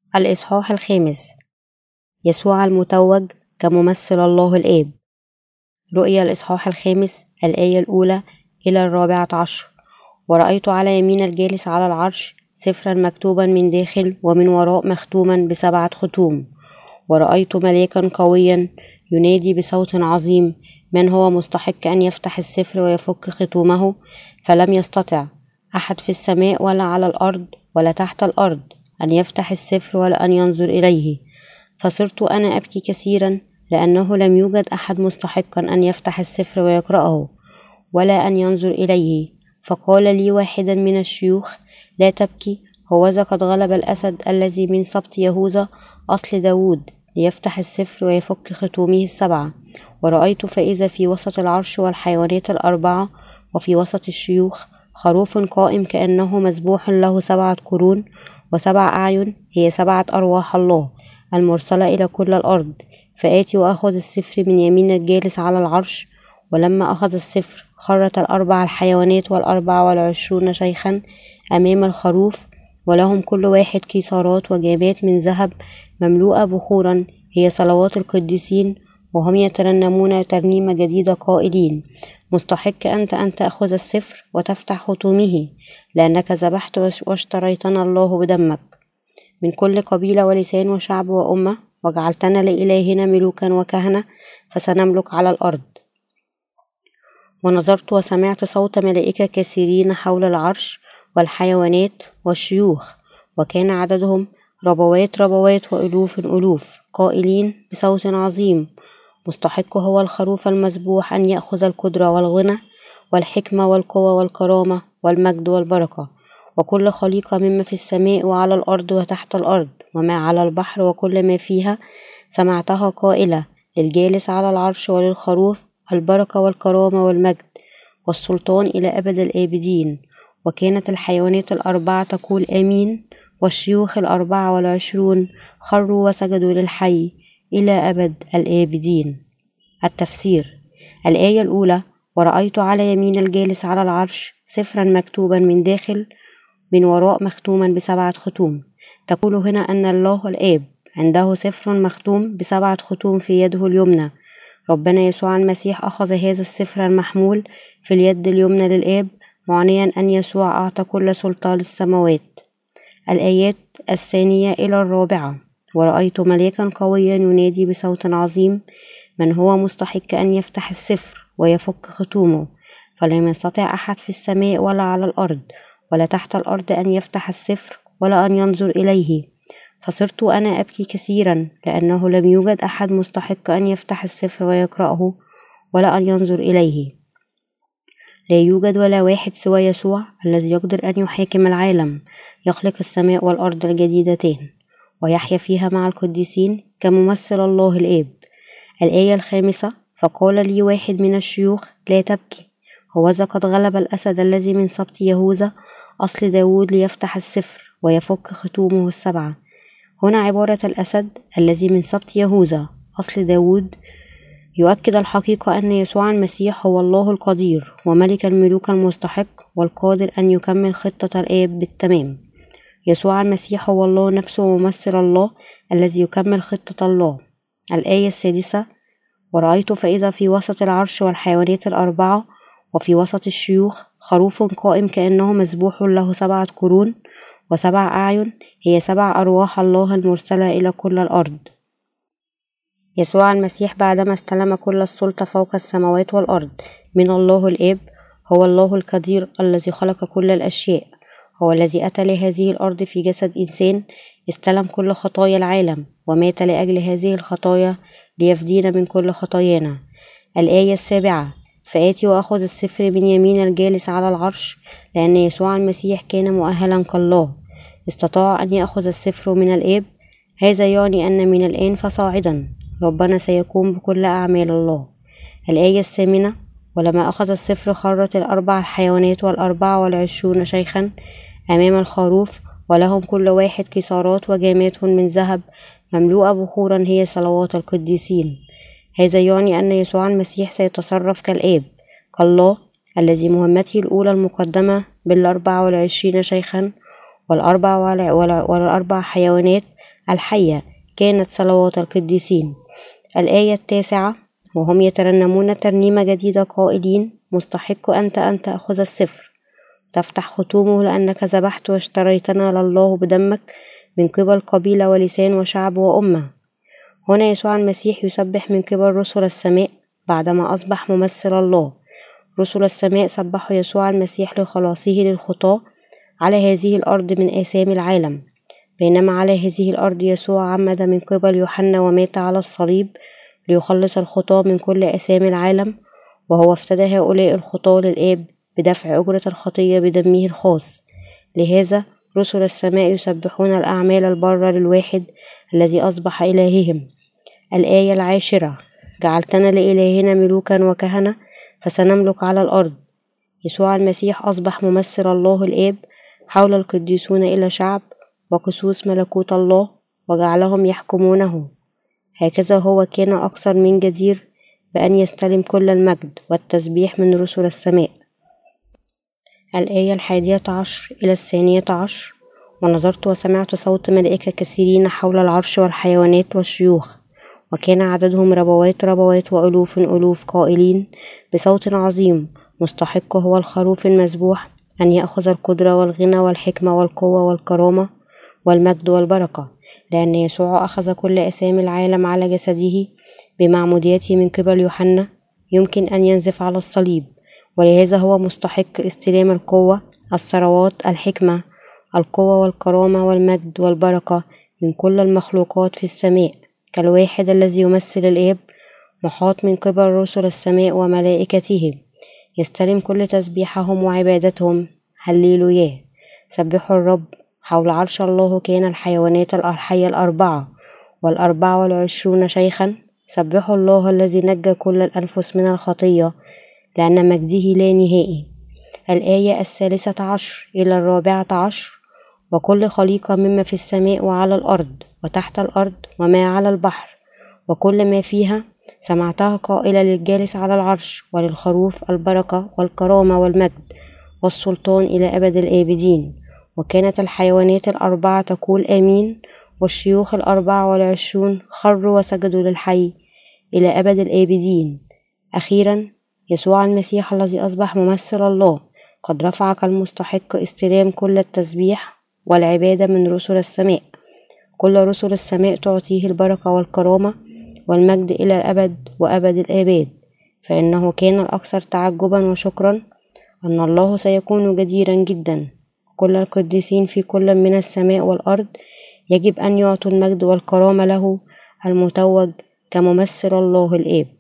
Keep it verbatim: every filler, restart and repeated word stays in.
الإصحاح الخامس. يسوع المتوج كممثل الله الآب. رؤيا الإصحاح الخامس الآية الأولى إلى الرابعة عشر. ورأيت على يمين الجالس على العرش سفرا مكتوبا من داخل ومن وراء مختوما بسبعة ختوم. ورأيت ملاكا قويا ينادي بصوت عظيم: من هو مستحق أن يفتح السفر ويفك ختومه؟ فلم يستطع أحد في السماء ولا على الأرض ولا تحت الأرض أن يفتح السفر ولا أن ينظر إليه. فصرت أنا أبكي كثيرا، لأنه لم يوجد أحد مستحقا أن يفتح السفر ويقرأه ولا أن ينظر إليه. فقال لي واحدا من الشيوخ: لا تبكي، هوذا قد غلب الأسد الذي من سبط يهوذا أصل داود ليفتح السفر ويفك ختومه السبعة. ورأيت فإذا في وسط العرش والحيوانات الأربعة وفي وسط الشيوخ خروف قائم كأنه مذبوح له سبعة قرون وسبع أعين، هي سبعة أرواح الله المرسلة إلى كل الأرض. فآتي وأخذ السفر من يمين الجالس على العرش. ولما أخذ السفر خرت الأربع الحيوانات والأربع والعشرون شيخا أمام الخروف، ولهم كل واحد كيسارات وجامات من ذهب مملوءة بخورا، هي صلوات القديسين، وهم يترنمون ترنيمة جديدة قائلين: مستحق أنت أن تأخذ السفر وتفتح ختومه، لأنك ذبحت واشتريتنا الله بدمك من كل قبيلة ولسان وشعب وأمة، وجعلتنا لإلهنا ملوكا وكهنة، فسنملك على الأرض. ونظرت وسمعت صوت ملائكة كثيرين حول العرش والحيوانات والشيوخ، وكان عددهم ربوات ربوات وألوف ألوف، قائلين بصوت عظيم: مستحق هو الخروف المذبوح أن يأخذ القدرة والغنى والحكمة والقوة والكرامة والمجد والبركة. وكل خليقة مما في السماء وعلى الأرض وتحت الأرض وما على البحر وكل ما فيها سمعتها قائلة: للجالس على العرش وللخروف البركة والكرامة والمجد والسلطان إلى أبد الآبدين. وكانت الحيوانات الأربعة تقول آمين، والشيوخ الأربعة والعشرون خروا وسجدوا للحي إلى أبد الآبدين. التفسير. الآية الأولى: ورأيت على يمين الجالس على العرش سفرا مكتوبا من داخل من وراء مختوما بسبعة ختوم. تقول هنا أن الله الآب عنده سفر مختوم بسبعة ختوم في يده اليمنى. ربنا يسوع المسيح أخذ هذا السفر المحمول في اليد اليمنى للآب، معنيا أن يسوع أعطى كل سلطان للسماوات. الآيات الثانية إلى الرابعة: ورأيت ملاكا قويا ينادي بصوت عظيم: من هو مستحق أن يفتح السفر ويفك ختومه؟ فلم يستطع أحد في السماء ولا على الأرض ولا تحت الأرض أن يفتح السفر ولا أن ينظر إليه. فصرت أنا أبكي كثيرا، لأنه لم يوجد أحد مستحق أن يفتح السفر ويقرأه ولا أن ينظر إليه. لا يوجد ولا واحد سوى يسوع الذي يقدر أن يحاكم العالم، يخلق السماء والأرض الجديدتين ويحيا فيها مع القديسين كممثل الله الآب. الآية الخامسة: فقال لي واحد من الشيوخ: لا تبكي، هوذا قد غلب الأسد الذي من سبط يهوذا أصل داود ليفتح السفر ويفك ختومه السبعة. هنا عبارة الأسد الذي من سبط يهوذا أصل داود يؤكد الحقيقة أن يسوع المسيح هو الله القدير وملك الملوك المستحق والقادر أن يكمل خطة الآب بالتمام. يسوع المسيح هو الله نفسه وممثل الله الذي يكمل خطة الله. الآية السادسة: ورأيت فإذا في وسط العرش والحيوانات الأربعة وفي وسط الشيوخ خروف قائم كأنه مذبوح له سبعة قرون وسبع أعين، هي سبع أرواح الله المرسلة إلى كل الأرض. يسوع المسيح بعدما استلم كل السلطة فوق السماوات والأرض من الله الآب، هو الله القدير الذي خلق كل الأشياء، هو الذي أتى لهذه الأرض في جسد إنسان، استلم كل خطايا العالم ومات لأجل هذه الخطايا ليفدينا من كل خطايانا. الآية السابعة: فآتي وأخذ السفر من يمين الجالس على العرش. لأن يسوع المسيح كان مؤهلا كالله، استطاع أن يأخذ السفر من الآب. هذا يعني أن من الآن فصاعدا ربنا سيقوم بكل أعمال الله. الآية الثامنة: ولما أخذ السفر خرت الأربع الحيوانات والأربع والعشرون شيخا أمام الخروف، ولهم كل واحد كسارات وجامات من ذهب مملوءة بخورا، هي صلوات القديسين. هذا يعني أن يسوع المسيح سيتصرف كالآب كالله الذي مهمته الأولى المقدمة بالأربع والعشرين شيخا والأربع والأربع حيوانات الحية كانت صلوات القديسين. الآية التاسعة: وهم يترنمون ترنيمة جديدة قائلين: مستحق أنت أن تأخذ السفر تفتح ختومه، لأنك ذبحت واشتريتنا لله بدمك من قبل قبيلة ولسان وشعب وأمة. هنا يسوع المسيح يسبح من قبل رسل السماء بعدما أصبح ممثل الله. رسل السماء سبحوا يسوع المسيح لخلاصه للخطاة على هذه الأرض من آثام العالم، بينما على هذه الأرض يسوع عمد من قبل يوحنا ومات على الصليب ليخلص الخطاة من كل آثام العالم، وهو افتدى هؤلاء الخطاة للآب بدفع أجرة الخطية بدمه الخاص. لهذا رسل السماء يسبحون الأعمال البارة للواحد الذي أصبح إلههم. الآية العاشرة: جعلتنا لإلهنا ملوكا وكهنة فسنملك على الأرض. يسوع المسيح أصبح ممثل الله الآب حول القديسون إلى شعب وقصوص ملكوت الله وجعلهم يحكمونه. هكذا هو كان أكثر من جدير بأن يستلم كل المجد والتسبيح من رسل السماء. الآية الحادية عشر إلى الثانية عشر: ونظرت وسمعت صوت ملائكة كثيرين حول العرش والحيوانات والشيوخ، وكان عددهم ربوات ربوات وألوف ألوف قائلين بصوت عظيم: مستحق هو الخروف المذبوح أن يأخذ القدرة والغنى والحكمة والقوة والكرامة والمجد والبركة، لأن يسوع أخذ كل أسامي العالم على جسده بمعموديته من قبل يوحنا يمكن أن ينزف على الصليب، ولهذا هو مستحق استلام القوة، الثروات، الحكمة، القوة والكرامة والمجد والبركة من كل المخلوقات في السماء، كالواحد الذي يمثل الآب محاط من قبل رسل السماء وملائكته، يستلم كل تسبيحهم وعبادتهم. هللويا. سبحوا الرب. حول عرش الله كان الحيوانات الحية الأربعة والأربعة والعشرون شيخا. سبحوا الله الذي نجى كل الأنفس من الخطية، لأن مجده لا نهائي. الآية الثالثة عشر إلى الرابعة عشر: وكل خليقة مما في السماء وعلى الأرض وتحت الأرض وما على البحر وكل ما فيها سمعتها قائلة للجالس على العرش وللخروف البركة والكرامة والمجد والسلطان إلى أبد الآبدين. وكانت الحيوانات الأربعة تقول آمين، والشيوخ الأربعة والعشرون خروا وسجدوا للحي إلى أبد الآبدين. أخيرا يسوع المسيح الذي أصبح ممثل الله قد رفعك المستحق استلام كل التسبيح والعبادة من رسل السماء. كل رسل السماء تعطيه البركة والكرامة والمجد إلى الأبد وأبد الآباد، فإنه كان الأكثر تعجبا وشكرا أن الله سيكون جديرا جدا. كل القديسين في كل من السماء والأرض يجب أن يعطوا المجد والكرامة له المتوج كممثل الله الآب.